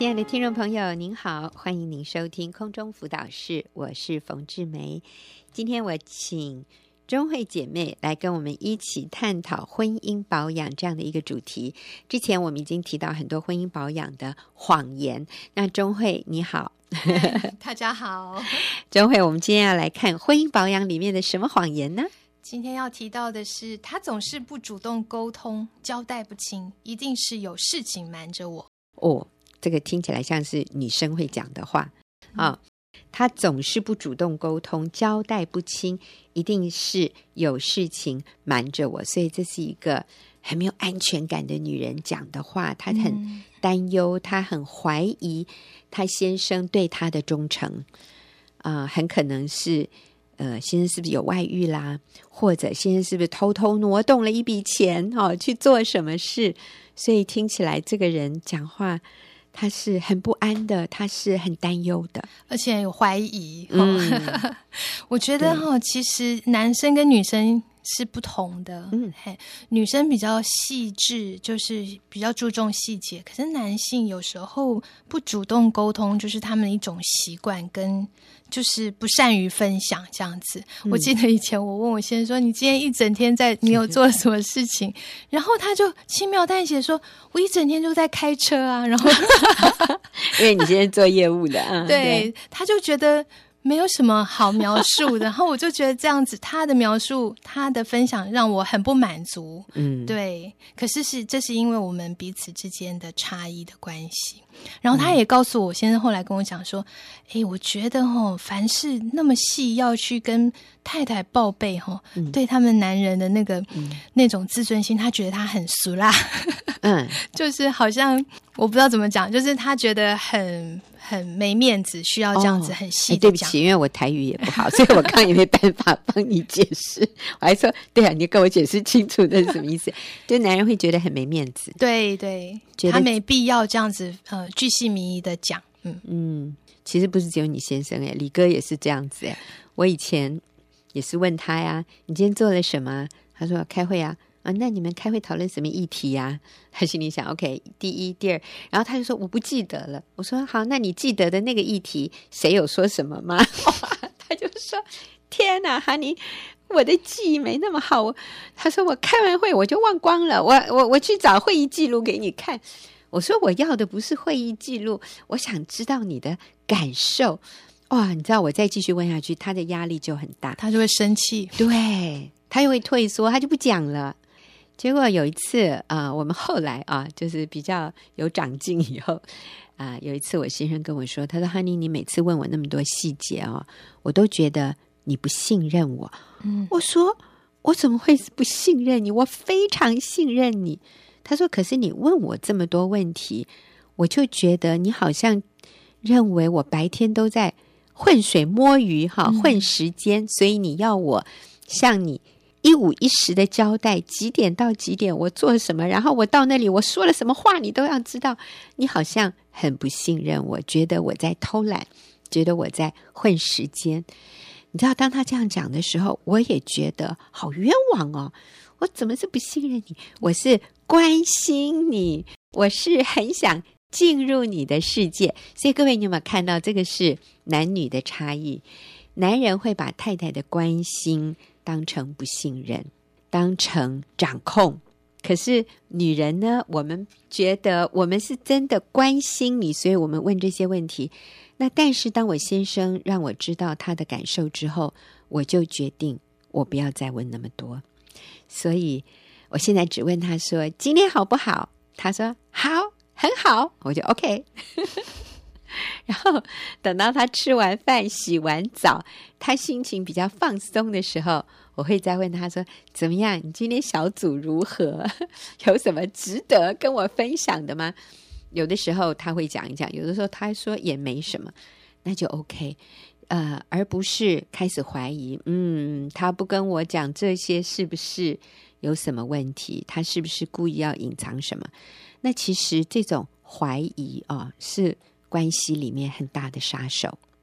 亲爱的听众朋友您好，欢迎您收听空中辅导室，我是冯志梅。今天我请钟慧姐妹来跟我们一起探讨婚姻保养这样的一个主题。之前我们已经提到很多婚姻保养的谎言，那钟慧你好。 大家好。 钟慧，我们今天要来看婚姻保养里面的什么谎言呢？ 今天要提到的是，他总是不主动沟通，交代不清，一定是有事情瞒着我。 哦，这个听起来像是女生会讲的话啊。他总是不主动沟通，交代不清，一定是有事情瞒着我。所以这是一个很没有安全感的女人讲的话，她很担忧，她很怀疑她先生对她的忠诚很可能是先生是不是有外遇啦，或者先生是不是偷偷挪动了一笔钱去做什么事。所以听起来这个人讲话他是很不安的，他是很担忧的， 而且有怀疑。我觉得其实男生跟女生是不同的。女生比较细致，就是比较注重细节，可是男性有时候不主动沟通，就是他们的一种习惯，跟就是不善于分享这样子。我记得以前我问我先生说，你今天一整天你有做什么事情？然后他就轻描淡写说，我一整天就在开车啊。然后因为你现在做业务的对，他就觉得没有什么好描述的。然后我就觉得这样子，他的描述，他的分享让我很不满足。对。可是这是因为我们彼此之间的差异的关系。然后他也告诉我，先生后来跟我讲说，我觉得凡事那么细要去跟太太报备对他们男人的那种自尊心，他觉得他很俗辣。就是好像我不知道怎么讲，就是他觉得很没面子，需要这样子很细的讲。 对不起，因为我台语也不好，所以我刚刚也没办法帮你解释。我还说对啊，你跟我解释清楚那是什么意思。就男人会觉得很没面子。 对对，他没必要这样子巨细靡遗的讲。 其实不是只有你先生李哥也是这样子我以前也是问他呀，你今天做了什么？他说开会啊。那你们开会讨论什么议题呀？他心里想 OK 第一第二，然后他就说我不记得了。我说好，那你记得的那个议题谁有说什么吗？他就说天哪哈尼，我的记忆没那么好。他说我开完会我就忘光了，我去找会议记录给你看。我说我要的不是会议记录，我想知道你的感受。哇，你知道我再继续问下去，他的压力就很大， 他就会生气。 对，他又会退缩，他就不讲了。结果有一次我们后来就是比较有长进以后有一次我先生跟我说，他说 Honey 你每次问我那么多细节我都觉得你不信任我。我说我怎么会不信任你？我非常信任你。他说可是你问我这么多问题，我就觉得你好像认为我白天都在浑水摸鱼混时间，所以你要我向你一五一十的交代几点到几点我做什么，然后我到那里我说了什么话你都要知道。你好像很不信任我，觉得我在偷懒，觉得我在混时间。你知道当他这样讲的时候，我也觉得好冤枉我怎么是不信任你？我是关心你，我是很想进入你的世界。所以各位，你有没有看到这个是男女的差异？男人会把太太的关心当成不信任，当成掌控。可是女人呢，我们觉得我们是真的关心你，所以我们问这些问题。那但是当我先生让我知道他的感受之后，我就决定我不要再问那么多。所以我现在只问他说今天好不好？他说好，很好，我就 OK 然后等到他吃完饭洗完澡，他心情比较放松的时候，我会再问他说怎么样，你今天小组如何？有什么值得跟我分享的吗？有的时候他会讲一讲，有的时候他说也没什么，那就 OK。而不是开始怀疑他不跟我讲这些是不是有什么问题，他是不是故意要隐藏什么。那其实这种怀疑是关系里面很大的杀手。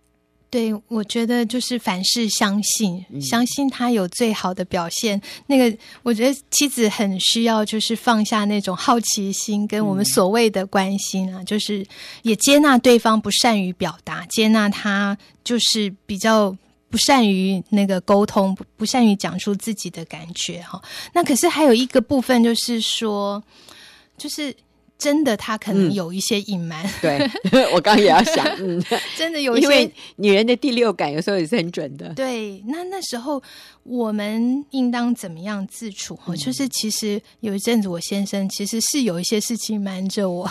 对，我觉得就是凡事相信，相信他有最好的表现。那个，我觉得妻子很需要，就是放下那种好奇心跟我们所谓的关心啊，就是也接纳对方不善于表达，接纳他就是比较不善于那个沟通，不善于讲出自己的感觉哈。那可是还有一个部分，就是说，就是真的他可能有一些隐瞒。 对，我刚刚也要想， 真的有一些， 因为女人的第六感有时候也是很准的。 对，那时候我们应当怎么样自处？就是其实有一阵子，我先生其实是有一些事情瞒着我。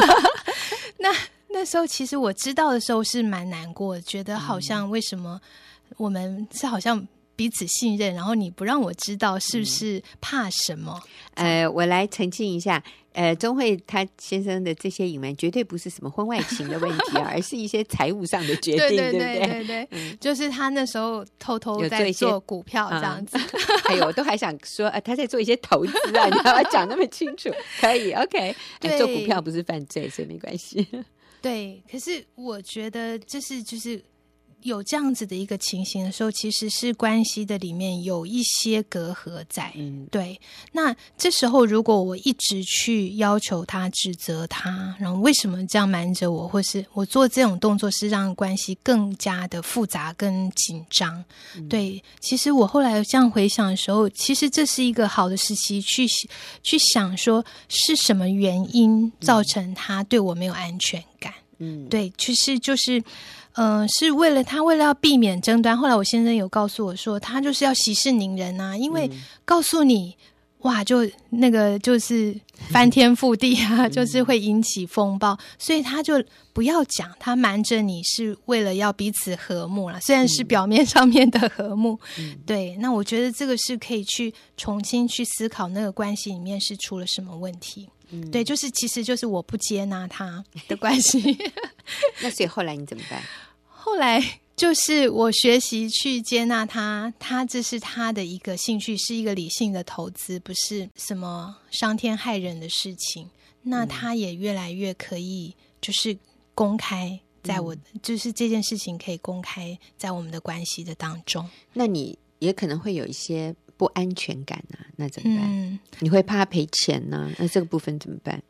那时候其实我知道的时候是蛮难过的，觉得好像为什么我们是好像彼此信任，然后你不让我知道，是不是怕什么？ 我来澄清一下，钟慧他先生的这些隐瞒绝对不是什么婚外情的问题而是一些财务上的决定，对不对？ 对，就是他那时候偷偷在做股票这样子。 哎呦，我都还想说，他在做一些投资啊，你要讲那么清楚？可以 ，OK，做股票不是犯罪，所以没关系。 对，可是我觉得就是有这样子的一个情形的时候，其实是关系的里面有一些隔阂在。对。那这时候如果我一直去要求他、指责他，然后为什么这样瞒着我，或是我做这种动作是让关系更加的复杂跟紧张。对，其实我后来这样回想的时候，其实这是一个好的时期去想说是什么原因造成他对我没有安全感。对，其实就是是为了要避免争端。后来我先生有告诉我说，他就是要息事宁人啊，因为告诉你哇，就那个就是翻天覆地啊，就是会引起风暴，所以他就不要讲，他瞒着你是为了要彼此和睦啦，虽然是表面上面的和睦。对，那我觉得这个是可以去重新去思考那个关系里面是出了什么问题。对，其实就是我不接纳他的关系。 那所以后来你怎么办？ 后来就是我学习去接纳他这是他的一个兴趣，是一个理性的投资，不是什么伤天害人的事情。那他也越来越可以就是公开在就是这件事情可以公开在我们的关系的当中。那你也可能会有一些不安全感啊，那怎么办？你会怕赔钱呢？那这个部分怎么办？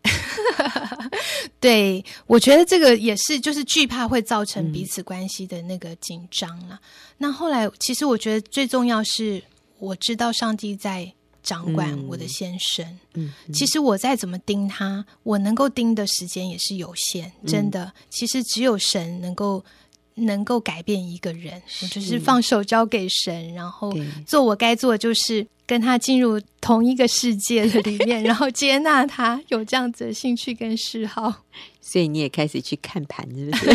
对，我觉得这个也是就是惧怕会造成彼此关系的那个紧张啦。那后来其实我觉得最重要是我知道上帝在掌管我的先生。其实我再怎么盯他，我能够盯的时间也是有限，真的。其实只有神能够改变一个人，我就是放手交给神，然后做我该做的，就是跟他进入同一个世界的里面，然后接纳他有这样子的兴趣跟嗜好。 所以你也开始去看盘，是不是？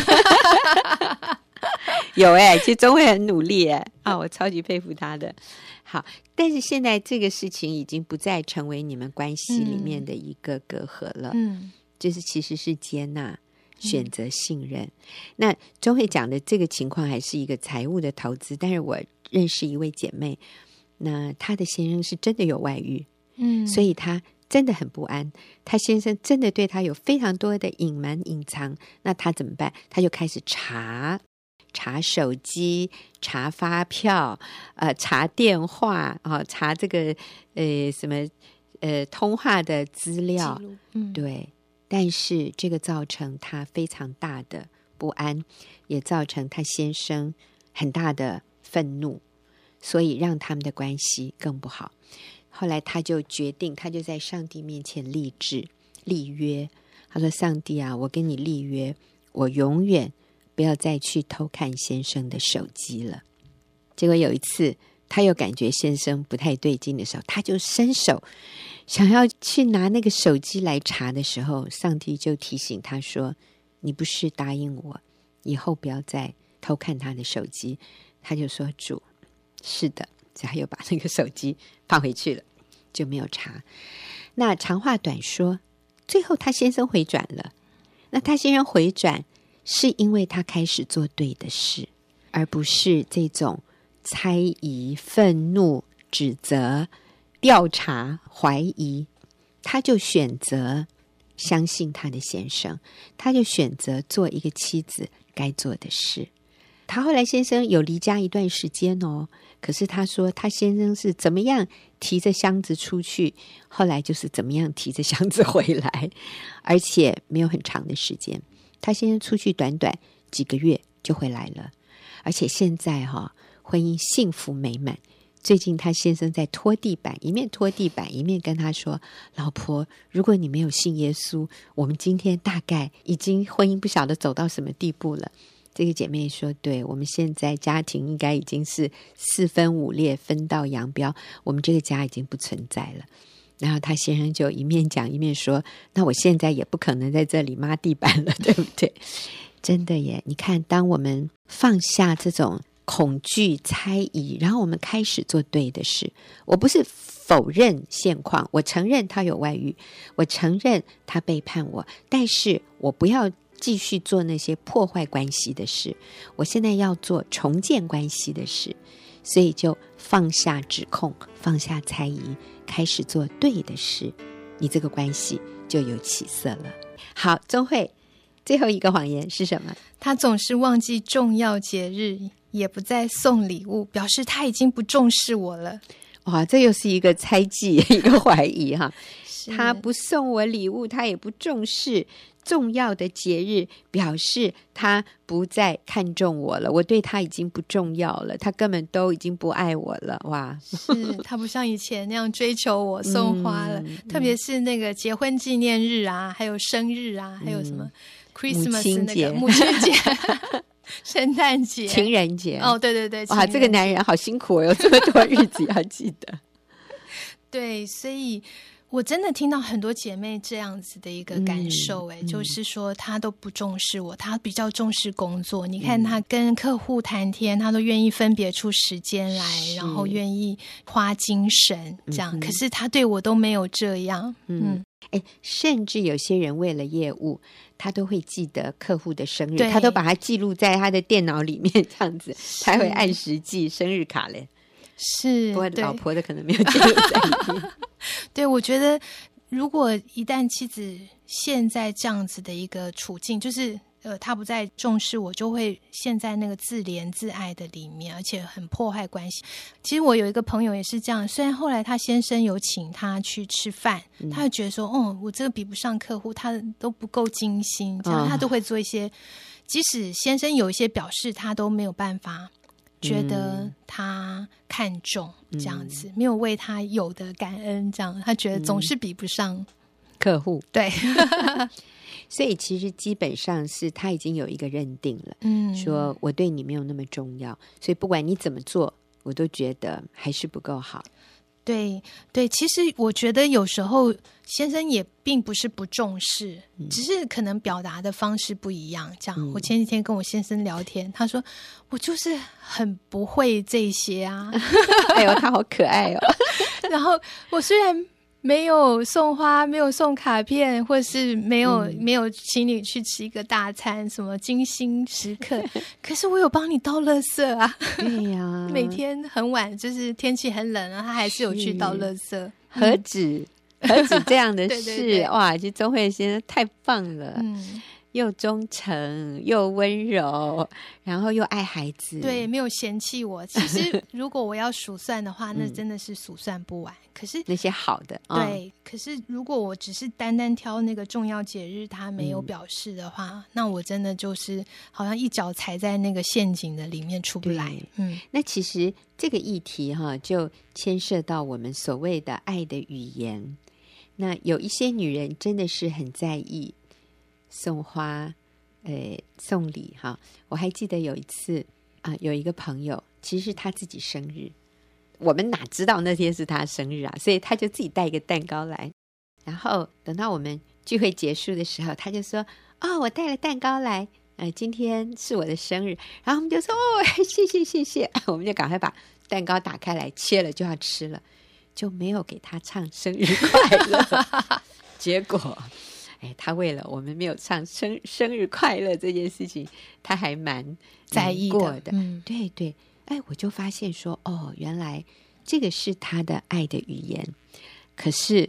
有其实钟慧很努力我超级佩服他的。好，但是现在这个事情已经不再成为你们关系里面的一个隔阂了。就是其实是接纳。选择信任。那钟慧讲的这个情况还是一个财务的投资，但是我认识一位姐妹，那她的先生是真的有外遇，所以她真的很不安，她先生真的对她有非常多的隐瞒隐藏，那她怎么办？她就开始查手机，查发票，查电话，查这个什么通话的资料，对。但是这个造成他非常大的不安，也造成他先生很大的愤怒，所以让他们的关系更不好。后来他就决定，他就在上帝面前立约，他说：上帝啊，我跟你立约，我永远不要再去偷看先生的手机了。结果有一次他又感觉先生不太对劲的时候，他就伸手想要去拿那个手机来查的时候，上帝就提醒他说：你不是答应我以后不要再偷看他的手机？他就说：主，是的。所以他又把那个手机放回去了，就没有查。那长话短说，最后他先生回转了。那他先生回转是因为他开始做对的事，而不是这种猜疑、愤怒、指责、调查、怀疑。他就选择相信他的先生，他就选择做一个妻子该做的事。 他后来先生有离家一段时间哦，可是他说他先生是怎么样提着箱子出去，后来就是怎么样提着箱子回来，而且没有很长的时间，他先生出去短短几个月就回来了，而且现在婚姻幸福美满。最近他先生在拖地板，一面拖地板一面跟他说，老婆，如果你没有信耶稣，我们今天大概已经婚姻不晓得走到什么地步了。这个姐妹说，对，我们现在家庭应该已经是4分5裂，分道扬镳，我们这个家已经不存在了。然后他先生就一面讲一面说，那我现在也不可能在这里抹地板了，对不对？真的耶，你看，当我们放下这种恐惧猜疑，然后我们开始做对的事，我不是否认现况，我承认他有外遇，我承认他背叛我，但是我不要继续做那些破坏关系的事，我现在要做重建关系的事，所以就放下指控，放下猜疑，开始做对的事，你这个关系就有起色了。好，钟慧，最后一个谎言是什么？ 他总是忘记重要节日，也不再送礼物，表示他已经不重视我了。 哇，这又是一个猜忌，一个怀疑哈。他不送我礼物，他也不重视重要的节日，表示他不再看重我了，我对他已经不重要了，他根本都已经不爱我了。哇， 是他不像以前那样追求我送花了，特别是那个结婚纪念日啊，还有生日啊，还有什么 Christmas 那个母亲节圣诞节、 情人节。 哦，对对对， 哇，这个男人好辛苦哦，有这么多日子要记得。 对，所以我真的听到很多姐妹这样子的一个感受，就是说她都不重视我，她比较重视工作。你看她跟客户谈天，她都愿意分别出时间来，然后愿意花精神这样，可是她对我都没有这样。 甚至有些人为了业务，他都会记得客户的生日，他都把它记录在他的电脑里面，这样子才会按时寄生日卡嘞。 是， 不过老婆的可能没有记录在里面。 对，我觉得如果一旦妻子现在这样子的一个处境，就是他不再重视我，就会陷在那个自怜自爱的里面，而且很破坏关系。其实我有一个朋友也是这样，虽然后来他先生有请他去吃饭，他就觉得说，我这个比不上客户，他都不够精心，这样他都会做一些，即使先生有一些表示，他都没有办法觉得他看重这样子，没有为他有的感恩，这样他觉得总是比不上客户。 对。 所以其实基本上是他已经有一个认定了，说我对你没有那么重要，所以不管你怎么做，我都觉得还是不够好。 对对，其实我觉得有时候先生也并不是不重视，只是可能表达的方式不一样。这样，我前几天跟我先生聊天，他说我就是很不会这些啊。 哎呦，他好可爱哦。 然后我虽然没有送花，没有送卡片，或是没有请你去吃一个大餐，什么精心时刻，可是我有帮你倒垃圾啊。 对呀， 每天很晚，就是天气很冷啊，他还是有去倒垃圾。 何止这样的事。对对对，哇，其实钟慧先生太棒了。又忠诚又温柔，然后又爱孩子， 对，没有嫌弃我。其实如果我要数算的话，那真的是数算不完。可是那些好的， 对，可是如果我只是单单挑那个重要节日他没有表示的话，那我真的就是好像一脚踩在那个陷阱的里面出不来。 那其实这个议题就牵涉到我们所谓的爱的语言。那有一些女人真的是很在意送花送礼哈。我还记得有一次有一个朋友，其实是他自己生日，我们哪知道那天是他生日啊，所以他就自己带一个蛋糕来，然后等到我们聚会结束的时候，他就说我带了蛋糕来，今天是我的生日。然后我们就说谢谢，我们就赶快把蛋糕打开来切了就要吃了，就没有给他唱生日快乐。结果他为了我们没有唱生日快乐这件事情，他还蛮在意的。 对对，我就发现说，原来这个是他的爱的语言。可是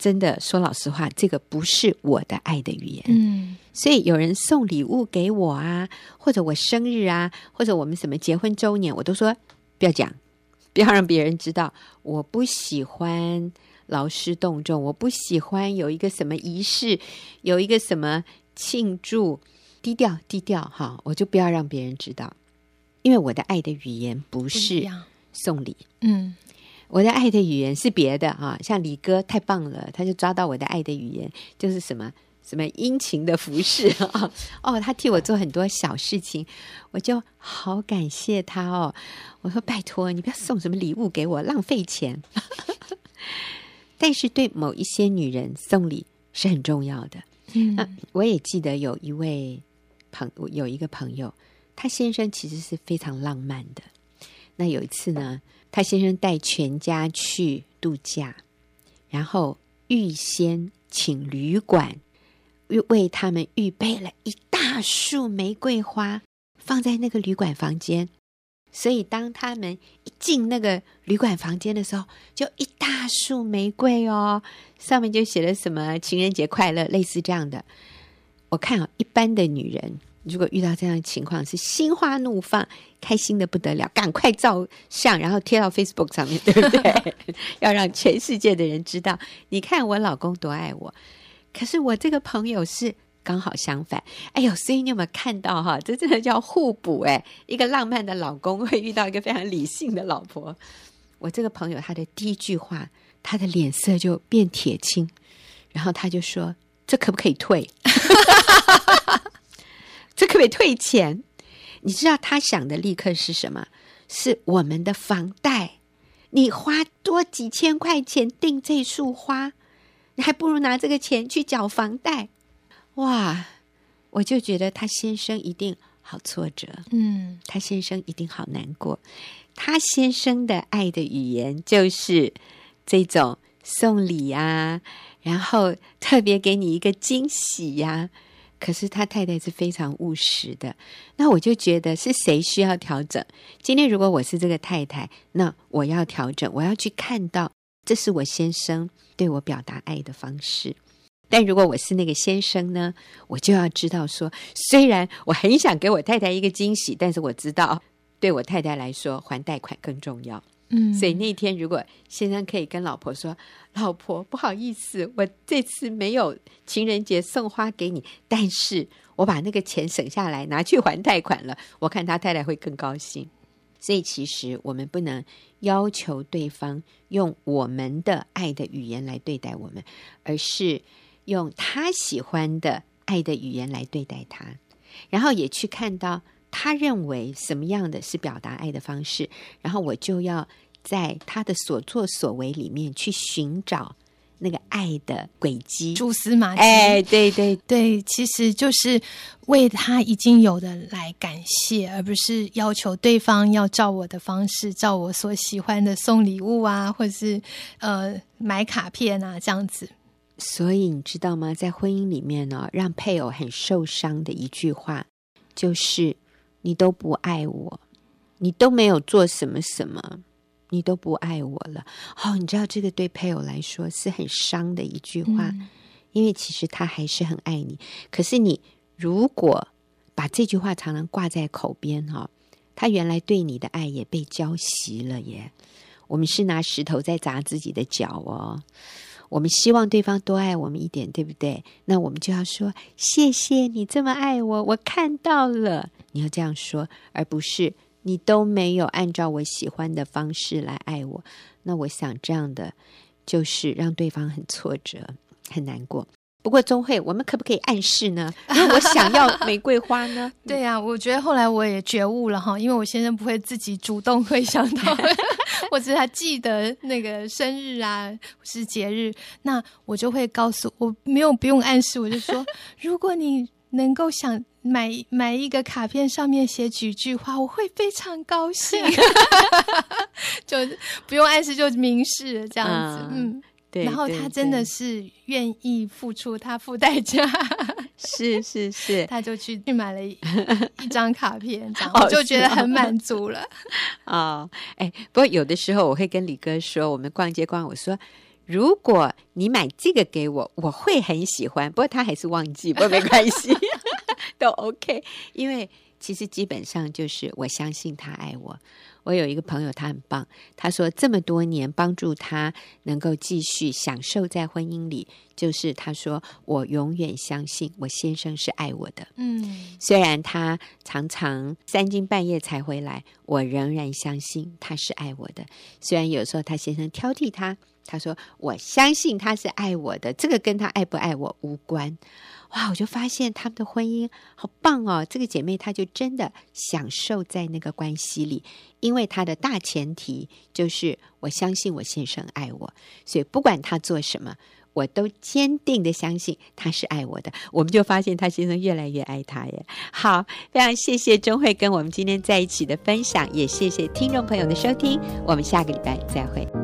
真的说老实话，这个不是我的爱的语言。所以有人送礼物给我啊，或者我生日啊，或者我们什么结婚周年，我都说不要讲，不要让别人知道。我不喜欢劳师动众，我不喜欢有一个什么仪式，有一个什么庆祝，低调低调哈，我就不要让别人知道。因为我的爱的语言不是送礼，我的爱的语言是别的啊，像李哥太棒了，他就抓到我的爱的语言，就是什么殷勤的服侍啊，他替我做很多小事情，我就好感谢他哦。我说拜托你不要送什么礼物给我，浪费钱。但是对某一些女人送礼是很重要的。我也记得有一个朋友，他先生其实是非常浪漫的。那有一次呢，他先生带全家去度假，然后预先请旅馆为他们预备了一大束玫瑰花放在那个旅馆房间，所以当他们一进那个旅馆房间的时候，就一大束玫瑰哦，上面就写了什么情人节快乐，类似这样的。我看一般的女人如果遇到这样的情况是心花怒放，开心的不得了，赶快照相然后贴到 Facebook 上面，对不对？要让全世界的人知道，你看我老公多爱我。可是我这个朋友是刚好相反。哎呦，所以你有没有看到哈？这真的叫互补一个浪漫的老公会遇到一个非常理性的老婆。我这个朋友他的第一句话，他的脸色就变铁青，然后他就说：“这可不可以退？这可不可以退钱？”你知道他想的立刻是什么？是我们的房贷。你花多几千块钱订这束花，你还不如拿这个钱去缴房贷。哇，我就觉得他先生一定好挫折，他先生一定好难过。他先生的爱的语言就是这种送礼啊，然后特别给你一个惊喜呀。可是他太太是非常务实的，那我就觉得是谁需要调整？今天如果我是这个太太，那我要调整，我要去看到这是我先生对我表达爱的方式。但如果我是那个先生呢，我就要知道说，虽然我很想给我太太一个惊喜，但是我知道对我太太来说还贷款更重要。所以那天如果先生可以跟老婆说，老婆不好意思，我这次没有情人节送花给你，但是我把那个钱省下来拿去还贷款了，我看他太太会更高兴。所以其实我们不能要求对方用我们的爱的语言来对待我们，而是用他喜欢的爱的语言来对待他，然后也去看到他认为什么样的是表达爱的方式，然后我就要在他的所作所为里面去寻找那个爱的轨迹， 蛛丝马迹。 对对对，其实就是为他已经有的来感谢，而不是要求对方要照我的方式，照我所喜欢的送礼物啊，或者是买卡片啊这样子。 所以你知道吗？在婚姻里面呢，让配偶很受伤的一句话就是你都不爱我，你都没有做什么什么，你都不爱我了。你知道这个对配偶来说是很伤的一句话，因为其实他还是很爱你。可是你如果把这句话常常挂在口边他原来对你的爱也被浇熄了耶。我们是拿石头在砸自己的脚我们希望对方多爱我们一点，对不对？那我们就要说谢谢你这么爱我，我看到了。你要这样说，而不是你都没有按照我喜欢的方式来爱我。那我想这样的就是让对方很挫折很难过。不过钟慧，我们可不可以暗示呢？如果我想要玫瑰花呢？ 对啊，我觉得后来我也觉悟了因为我先生不会自己主动会想到或者他记得那个生日啊或是节日，那我就会告诉我不用暗示，我就说如果你能够想买一个卡片上面写几句话，我会非常高兴就不用暗示就明示这样子对，然后他真的是愿意付出，他付代价是他就去买了一张卡片这样我就觉得很满足了不过有的时候我会跟李哥说，我们逛街我说如果你买这个给我，我会很喜欢，不过他还是忘记，不过没关系都 OK。 因为其实基本上就是我相信他爱我。我有一个朋友，他很棒，他说这么多年帮助他能够继续享受在婚姻里，就是他说我永远相信我先生是爱我的。虽然他常常3更半夜才回来，我仍然相信他是爱我的。虽然有时候他先生挑剔他，他说我相信他是爱我的，这个跟他爱不爱我无关。哇，我就发现他们的婚姻好棒哦！这个姐妹她就真的享受在那个关系里，因为她的大前提就是我相信我先生爱我，所以不管他做什么，我都坚定的相信他是爱我的。我们就发现他先生越来越爱他耶。好，非常谢谢钟慧跟我们今天在一起的分享，也谢谢听众朋友的收听，我们下个礼拜再会。